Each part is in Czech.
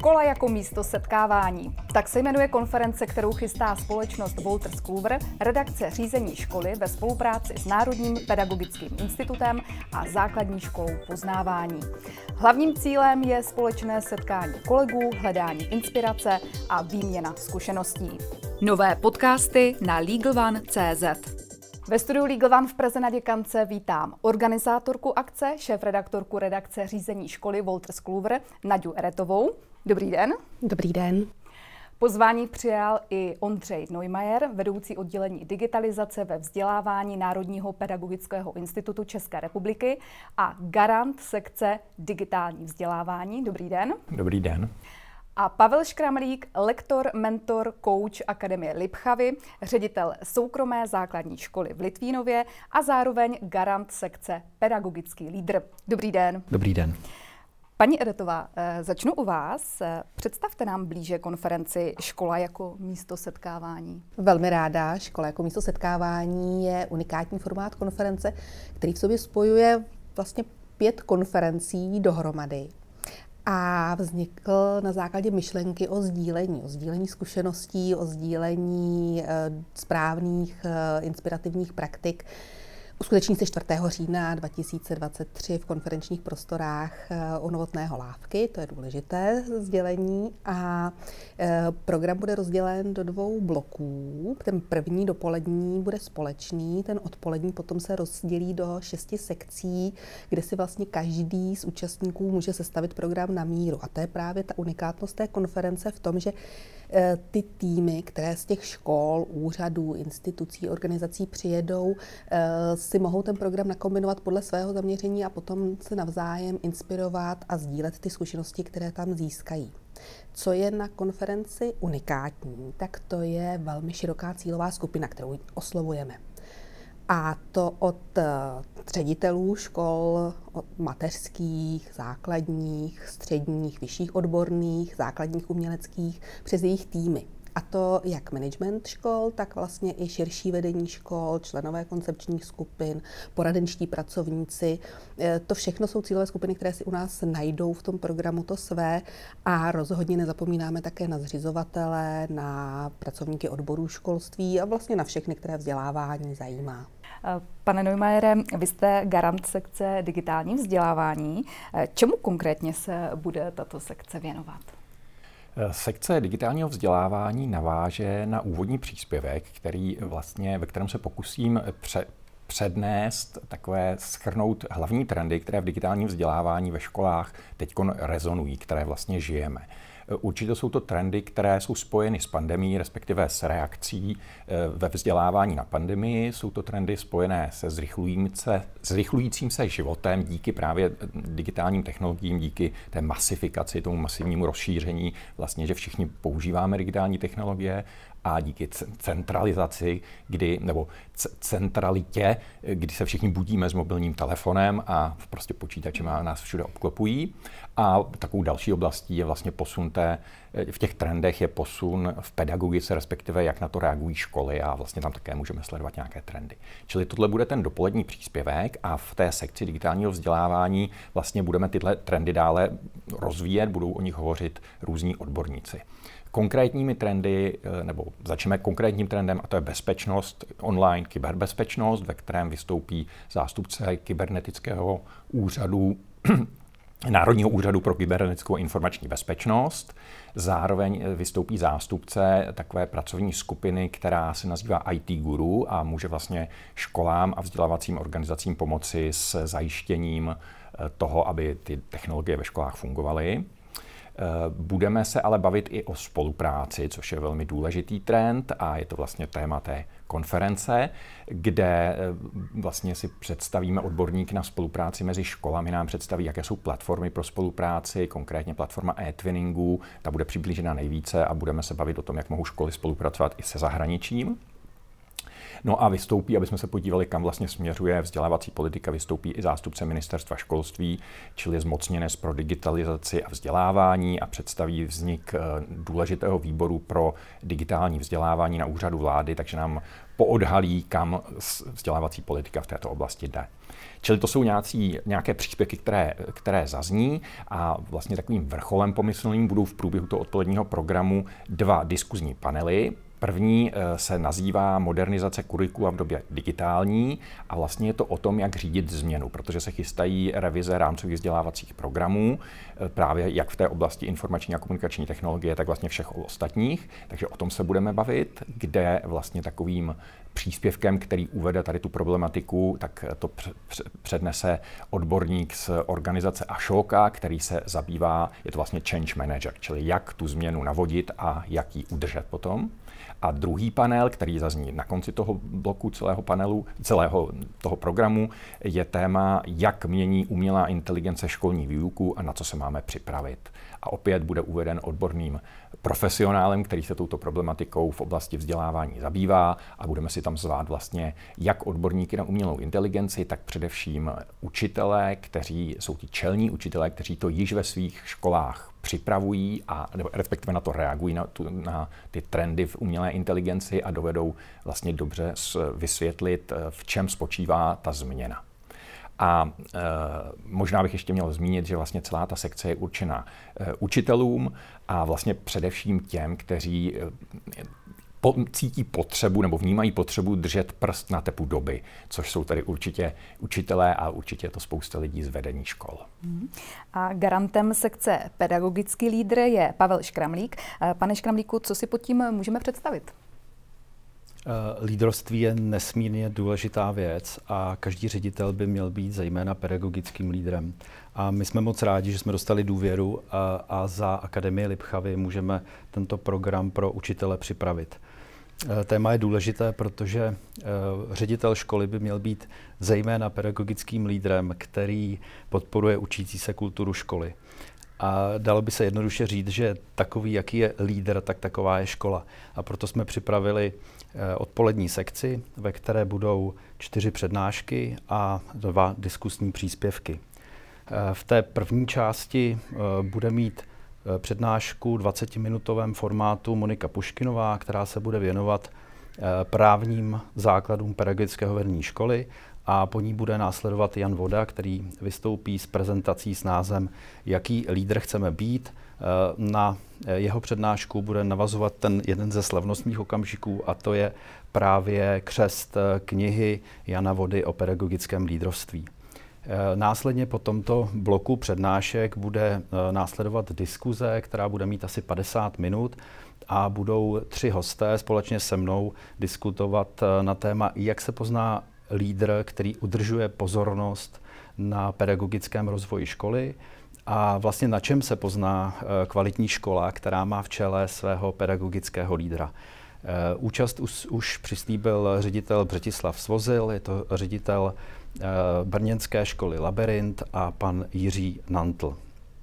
Škola jako místo setkávání. Tak se jmenuje konference, kterou chystá společnost Wolters Kluwer, redakce řízení školy ve spolupráci s Národním pedagogickým institutem a základní školou poznávání. Hlavním cílem je společné setkání kolegů, hledání inspirace a výměna zkušeností. Nové podcasty na LegalOne.cz. Ve studiu Legal One v Praze na Děkance vítám organizátorku akce, šéfredaktorku redakce řízení školy Wolters Kluwer, Naďu Eretovou. Dobrý den. Dobrý den. Pozvání přijal i Ondřej Neumayer, vedoucí oddělení digitalizace ve vzdělávání Národního pedagogického institutu České republiky a garant sekce digitální vzdělávání. Dobrý den. Dobrý den. A Pavel Škramlík, lektor, mentor, coach Akademie Lipchavy, ředitel soukromé základní školy v Litvínově a zároveň garant sekce pedagogický lídr. Dobrý den. Dobrý den. Paní Eretová, začnu u vás. Představte nám blíže konferenci Škola jako místo setkávání. Velmi ráda. Škola jako místo setkávání je unikátní formát konference, který v sobě spojuje vlastně 5 konferencí dohromady. A vznikl na základě myšlenky o sdílení zkušeností, o sdílení správných inspirativních praktik. Uskuteční se 4. října 2023 v konferenčních prostorách u Novotného Lávky, to je důležité sdělení. A program bude rozdělen do 2 bloků. Ten první dopolední bude společný, ten odpolední potom se rozdělí do 6 sekcí, kde si vlastně každý z účastníků může sestavit program na míru. A to je právě ta unikátnost té konference v tom, že ty týmy, které z těch škol, úřadů, institucí, organizací přijedou, si mohou ten program nakombinovat podle svého zaměření a potom se navzájem inspirovat a sdílet ty zkušenosti, které tam získají. Co je na konferenci unikátní, tak to je velmi široká cílová skupina, kterou oslovujeme. A to od ředitelů škol, od mateřských, základních, středních, vyšších odborných, základních uměleckých, přes jejich týmy. A to jak management škol, tak vlastně i širší vedení škol, členové koncepčních skupin, poradenští pracovníci. To všechno jsou cílové skupiny, které si u nás najdou v tom programu to své a rozhodně nezapomínáme také na zřizovatele, na pracovníky odborů školství a vlastně na všechny, které vzdělávání zajímá. Pane Neumayere, vy jste garant sekce digitální vzdělávání. Čemu konkrétně se bude tato sekce věnovat? Sekce digitálního vzdělávání naváže na úvodní příspěvek, ve kterém se pokusím přednést, shrnout hlavní trendy, které v digitálním vzdělávání ve školách teď rezonují, které vlastně žijeme. Určitě jsou to trendy, které jsou spojeny s pandemií, respektive s reakcí ve vzdělávání na pandemii. Jsou to trendy spojené se zrychlujícím se životem díky právě digitálním technologiím, díky té masifikaci, tomu masivnímu rozšíření, vlastně, že všichni používáme digitální technologie a díky centralizaci, centralitě, kdy se všichni budíme s mobilním telefonem a prostě počítače nás všude obklopují. A takovou další oblastí je vlastně v těch trendech je posun v pedagogice, respektive jak na to reagují školy a vlastně tam také můžeme sledovat nějaké trendy. Čili tohle bude ten dopolední příspěvek a v té sekci digitálního vzdělávání vlastně budeme tyhle trendy dále rozvíjet, budou o nich hovořit různí odborníci. Konkrétními trendy, nebo začneme konkrétním trendem, a to je bezpečnost, online kyberbezpečnost, ve kterém vystoupí zástupce kybernetického úřadu, Národního úřadu pro kybernetickou informační bezpečnost. Zároveň vystoupí zástupce takové pracovní skupiny, která se nazývá IT Guru a může vlastně školám a vzdělávacím organizacím pomoci s zajištěním toho, aby ty technologie ve školách fungovaly. Budeme se ale bavit i o spolupráci, což je velmi důležitý trend a je to vlastně téma té konference, kde vlastně si představíme odborníky na spolupráci mezi školami, nám představí, jaké jsou platformy pro spolupráci, konkrétně platforma e-twinningu, ta bude přiblížena nejvíce a budeme se bavit o tom, jak mohou školy spolupracovat i se zahraničím. No a vystoupí, aby jsme se podívali, kam vlastně směřuje vzdělávací politika, vystoupí i zástupce Ministerstva školství, čili zmocněnec pro digitalizaci a vzdělávání a představí vznik důležitého výboru pro digitální vzdělávání na úřadu vlády, takže nám poodhalí, kam vzdělávací politika v této oblasti jde. Čili to jsou nějaké příspěvky, které zazní a vlastně takovým vrcholem pomyslným budou v průběhu toho odpoledního programu 2 diskuzní panely. První se nazývá Modernizace kurikula v době digitální a vlastně je to o tom, jak řídit změnu, protože se chystají revize rámcových vzdělávacích programů, právě jak v té oblasti informační a komunikační technologie, tak vlastně všech ostatních. Takže o tom se budeme bavit, kde vlastně takovým příspěvkem, který uvede tady tu problematiku, tak to přednese odborník z organizace Ashoka, který se zabývá, je to vlastně change manager, čili jak tu změnu navodit a jak ji udržet potom. A druhý panel, který zazní na konci toho bloku celého toho programu, je téma, jak mění umělá inteligence školní výuku a na co se máme připravit. A opět bude uveden odborným profesionálem, který se touto problematikou v oblasti vzdělávání zabývá a budeme si tam zvát vlastně jak odborníky na umělou inteligenci, tak především učitelé, kteří jsou ti čelní učitelé, kteří to již ve svých školách připravují a nebo respektive na to reagují, na ty trendy v umělé inteligenci a dovedou vlastně dobře vysvětlit, v čem spočívá ta změna. A možná bych ještě měl zmínit, že vlastně celá ta sekce je určena učitelům a vlastně především těm, kteří cítí potřebu nebo vnímají potřebu držet prst na tepu doby, což jsou tady určitě učitelé a určitě je to spousta lidí z vedení škol. A garantem sekce Pedagogický lídr je Pavel Škramlík. Pane Škramlíku, co si pod tím můžeme představit? Lídrovství je nesmírně důležitá věc a každý ředitel by měl být zejména pedagogickým lídrem. A my jsme moc rádi, že jsme dostali důvěru a za Akademii Lipchavy můžeme tento program pro učitele připravit. Téma je důležité, protože ředitel školy by měl být zejména pedagogickým lídrem, který podporuje učící se kulturu školy. A dalo by se jednoduše říct, že takový, jaký je lídr, tak taková je škola. A proto jsme připravili odpolední sekci, ve které budou 4 přednášky a 2 diskusní příspěvky. V té první části bude mít přednášku 20-minutovém formátu Monika Puškinová, která se bude věnovat právním základům pedagogického vedení školy a po ní bude následovat Jan Voda, který vystoupí s prezentací s názvem Jaký lídr chceme být. Na jeho přednášku bude navazovat ten jeden ze slavnostních okamžiků a to je právě křest knihy Jana Vody o pedagogickém lídrovství. Následně po tomto bloku přednášek bude následovat diskuze, která bude mít asi 50 minut a budou 3 hosté společně se mnou diskutovat na téma, jak se pozná lídr, který udržuje pozornost na pedagogickém rozvoji školy a vlastně na čem se pozná kvalitní škola, která má v čele svého pedagogického lídra. Účast už přislíbil ředitel Břetislav Svozil, je to ředitel brněnské školy Labyrint a pan Jiří Nantl.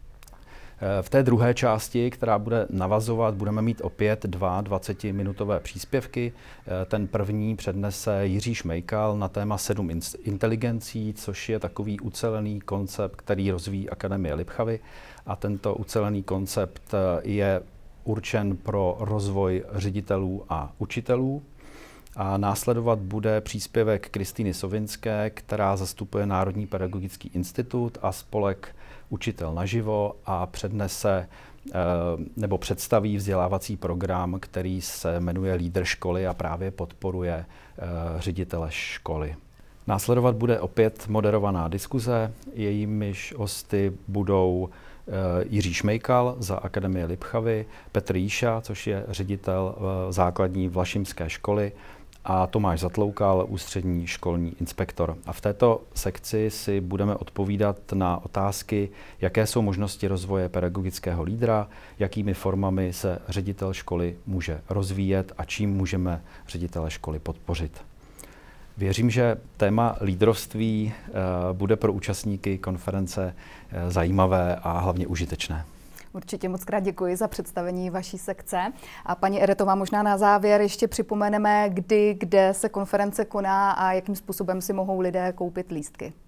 V té druhé části, která bude navazovat, budeme mít opět 2 20-minutové příspěvky. Ten první přednese Jiří Šmejkal na téma 7 inteligencí, což je takový ucelený koncept, který rozvíjí Akademie Lipchavy. A tento ucelený koncept je určen pro rozvoj ředitelů a učitelů. A následovat bude příspěvek Kristýny Sovinské, která zastupuje Národní pedagogický institut a spolek Učitel naživo a přednese nebo představí vzdělávací program, který se jmenuje Lídr školy a právě podporuje ředitele školy. Následovat bude opět moderovaná diskuze, jejímiž hosty budou Jiří Šmejkal za Akademie Lipchavy, Petr Jíša, což je ředitel základní Vlašimské školy, a Tomáš Zatloukal, ústřední školní inspektor. A v této sekci si budeme odpovídat na otázky, jaké jsou možnosti rozvoje pedagogického lídra, jakými formami se ředitel školy může rozvíjet a čím můžeme ředitele školy podpořit. Věřím, že téma lídrovství bude pro účastníky konference zajímavé a hlavně užitečné. Určitě moc krát děkuji za představení vaší sekce. A paní Eretová, možná na závěr ještě připomeneme, kde se konference koná a jakým způsobem si mohou lidé koupit lístky.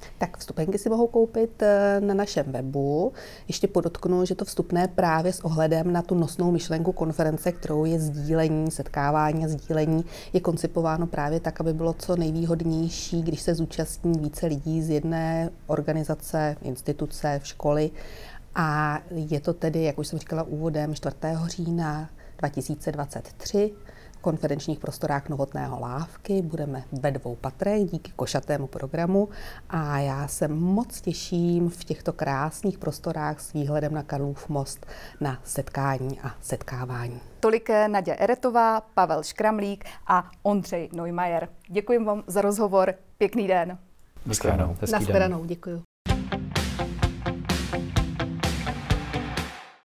Tak vstupenky si mohou koupit na našem webu. Ještě podotknu, že to vstupné právě s ohledem na tu nosnou myšlenku konference, kterou je sdílení, setkávání a sdílení, je koncipováno právě tak, aby bylo co nejvýhodnější, když se zúčastní více lidí z jedné organizace, instituce, školy. A je to tedy, jak už jsem říkala úvodem, 4. října 2023 v konferenčních prostorách Novotného Lávky. Budeme ve 2 patrech díky košatému programu a já se moc těším v těchto krásných prostorách s výhledem na Karlův most na setkání a setkávání. Tolik Naděja Eretová, Pavel Škramlík a Ondřej Neumayer. Děkuji vám za rozhovor. Pěkný den. Naschledanou. Naschledanou, děkuji.